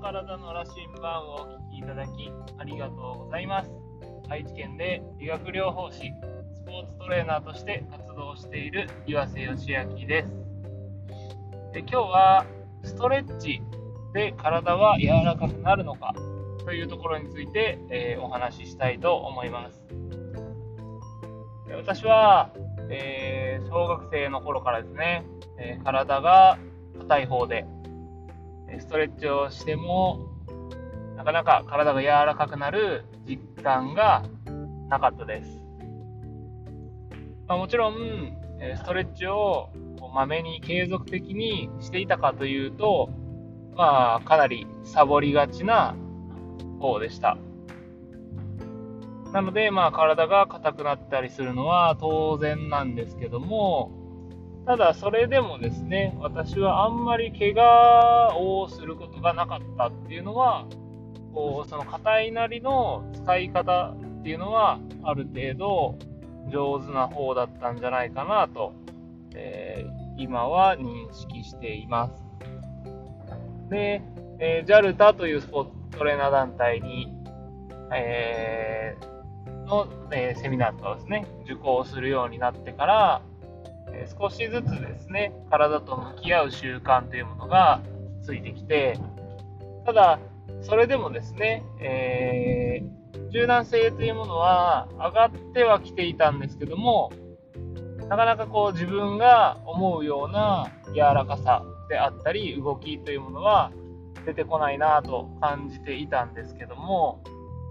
体の羅針盤をお聞きいただきありがとうございます。愛知県で理学療法士、スポーツトレーナーとして活動している岩瀬義明です。今日はストレッチで体は柔らかくなるのかというところについて、お話ししたいと思います。私は、小学生の頃からですね、体が硬い方でストレッチをしてもなかなか体が柔らかくなる実感がなかったです。もちろんストレッチをまめに継続的にしていたかというと、かなりサボりがちな方でした。なので体が硬くなったりするのは当然なんですけども、ただそれでもですね、私はあんまり怪我をすることがなかったっていうのは、その硬いなりの使い方っていうのはある程度上手な方だったんじゃないかなと、今は認識しています。で、JALTA というスポーツトレーナー団体に、セミナーとかですね、受講するようになってから、少しずつですね、体と向き合う習慣というものがついてきて、ただそれでもですね、柔軟性というものは上がってはきていたんですけども、なかなか自分が思うような柔らかさであったり動きというものは出てこないなと感じていたんですけども、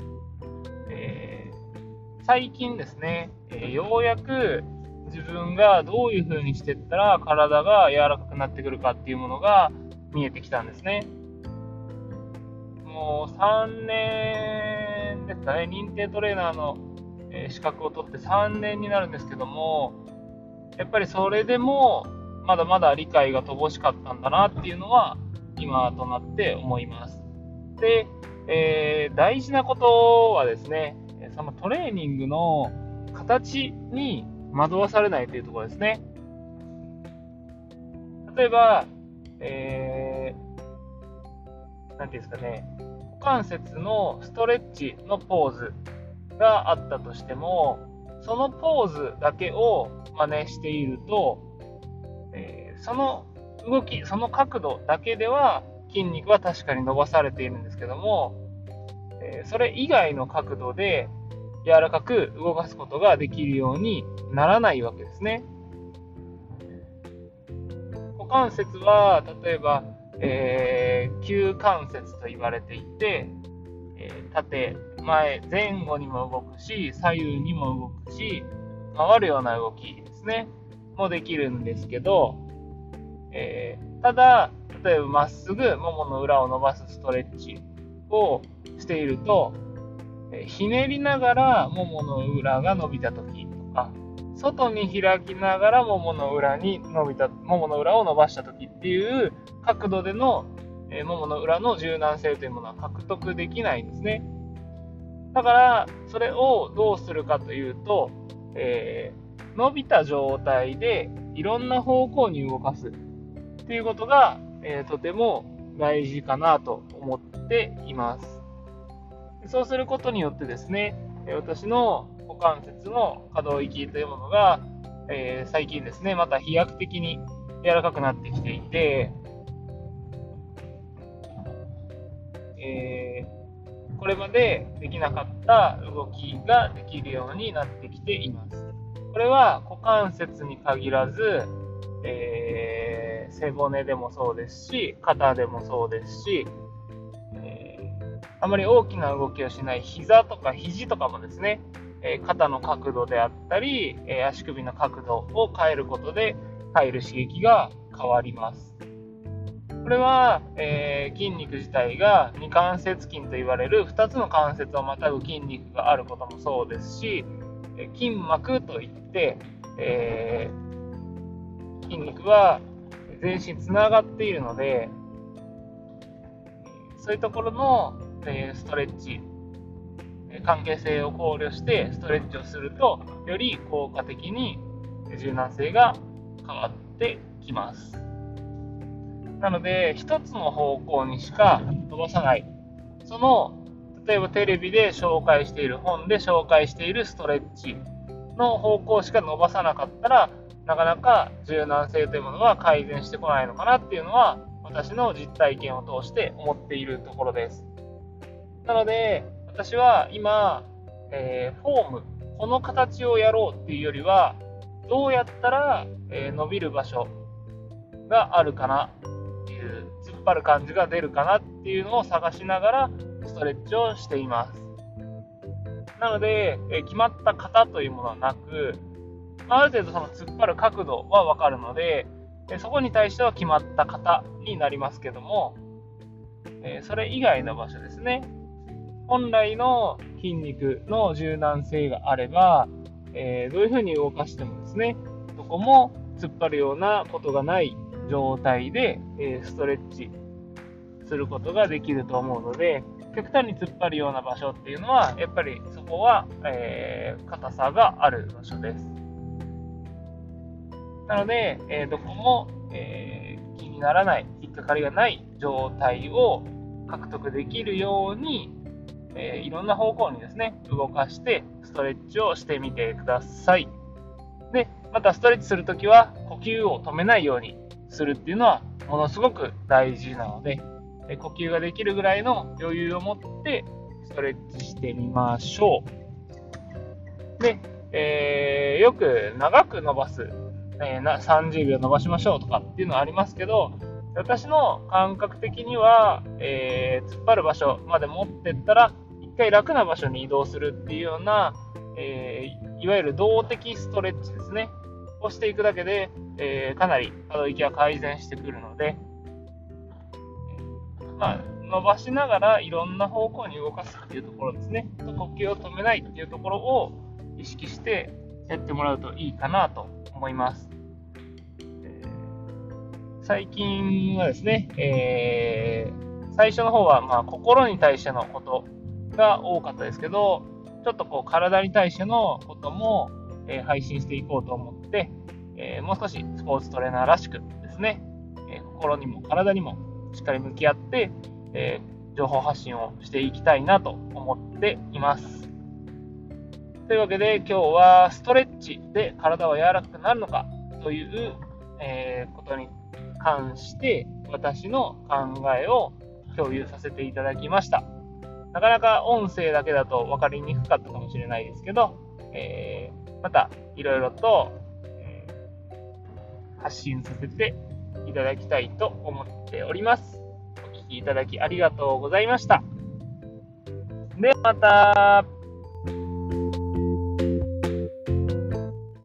最近ですね、ようやく自分がどういう風にしていったら体が柔らかくなってくるかっていうものが見えてきたんですね。もう3年ですかね、認定トレーナーの資格を取って3年になるんですけども、やっぱりそれでもまだまだ理解が乏しかったんだなっていうのは今となって思います。で、大事なことはですね、そのトレーニングの形に惑わされないというところですね。例えば、なんていうんですかね、股関節のストレッチのポーズがあったとしても、そのポーズだけを真似していると、その動き、その角度だけでは筋肉は確かに伸ばされているんですけども、それ以外の角度で柔らかく動かすことができるようにならないわけですね。股関節は例えば、球関節と言われていて、縦、前、前後にも動くし、左右にも動くし、回るような動きですねもできるんですけど、ただ例えばまっすぐももの裏を伸ばすストレッチをしていると、ひねりながらももの裏が伸びた時とか、外に開きながらももの裏を伸ばした時っていう角度でのももの裏の柔軟性というものは獲得できないんですね。だからそれをどうするかというと、伸びた状態でいろんな方向に動かすっていうことが、とても大事かなと思っています。そうすることによってですね、私の股関節の可動域というものが、最近ですね、また飛躍的に柔らかくなってきていて、これまでできなかった動きができるようになってきています。これは股関節に限らず、背骨でもそうですし、肩でもそうですし、あまり大きな動きをしない膝とか肘とかもですね、肩の角度であったり、足首の角度を変えることで入る刺激が変わります。これは、筋肉自体が二関節筋と言われる2つの関節をまたぐ筋肉があることもそうですし、筋膜といって、筋肉は全身つながっているので、そういうところのストレッチ、関係性を考慮してストレッチをすると、より効果的に柔軟性が変わってきます。 なので、一つの方向にしか伸ばさない。例えばテレビで紹介している、本で紹介しているストレッチの方向しか伸ばさなかったら、なかなか柔軟性というものは改善してこないのかなっていうのは、私の実体験を通して思っているところです。なので、私は今、フォーム、この形をやろうっていうよりは、どうやったら、伸びる場所があるかなっていう、突っ張る感じが出るかなっていうのを探しながらストレッチをしています。なので、決まった型というものはなく、ある程度その突っ張る角度は分かるので、そこに対しては決まった型になりますけども、それ以外の場所ですね。本来の筋肉の柔軟性があれば、どういうふうに動かしてもですね、どこも突っ張るようなことがない状態で、ストレッチすることができると思うので、極端に突っ張るような場所っていうのは、やっぱりそこは、硬さがある場所です。なので、どこも、気にならない、引っかかりがない状態を獲得できるように、いろんな方向にですね、動かしてストレッチをしてみてください。で、またストレッチするときは呼吸を止めないようにするっていうのはものすごく大事なので、呼吸ができるぐらいの余裕を持ってストレッチしてみましょう。で、よく長く伸ばす、30秒伸ばしましょうとかっていうのはありますけど、私の感覚的には、突っ張る場所まで持ってったら一回楽な場所に移動するっていうような、いわゆる動的ストレッチですねをしていくだけで、かなり可動域は改善してくるので、伸ばしながらいろんな方向に動かすっていうところですね、呼吸を止めないっていうところを意識してやってもらうといいかなと思います。最近はですね、最初の方は心に対してのことが多かったですけど、ちょっと体に対してのことも、配信していこうと思って、もう少しスポーツトレーナーらしくですね、心にも体にもしっかり向き合って、情報発信をしていきたいなと思っています。というわけで今日はストレッチで体は柔らかくなるのかという、ことに関して私の考えを共有させていただきました。なかなか音声だけだと分かりにくかったかもしれないですけど、またいろいろと、発信させていただきたいと思っております。お聞きいただきありがとうございました。ではまた。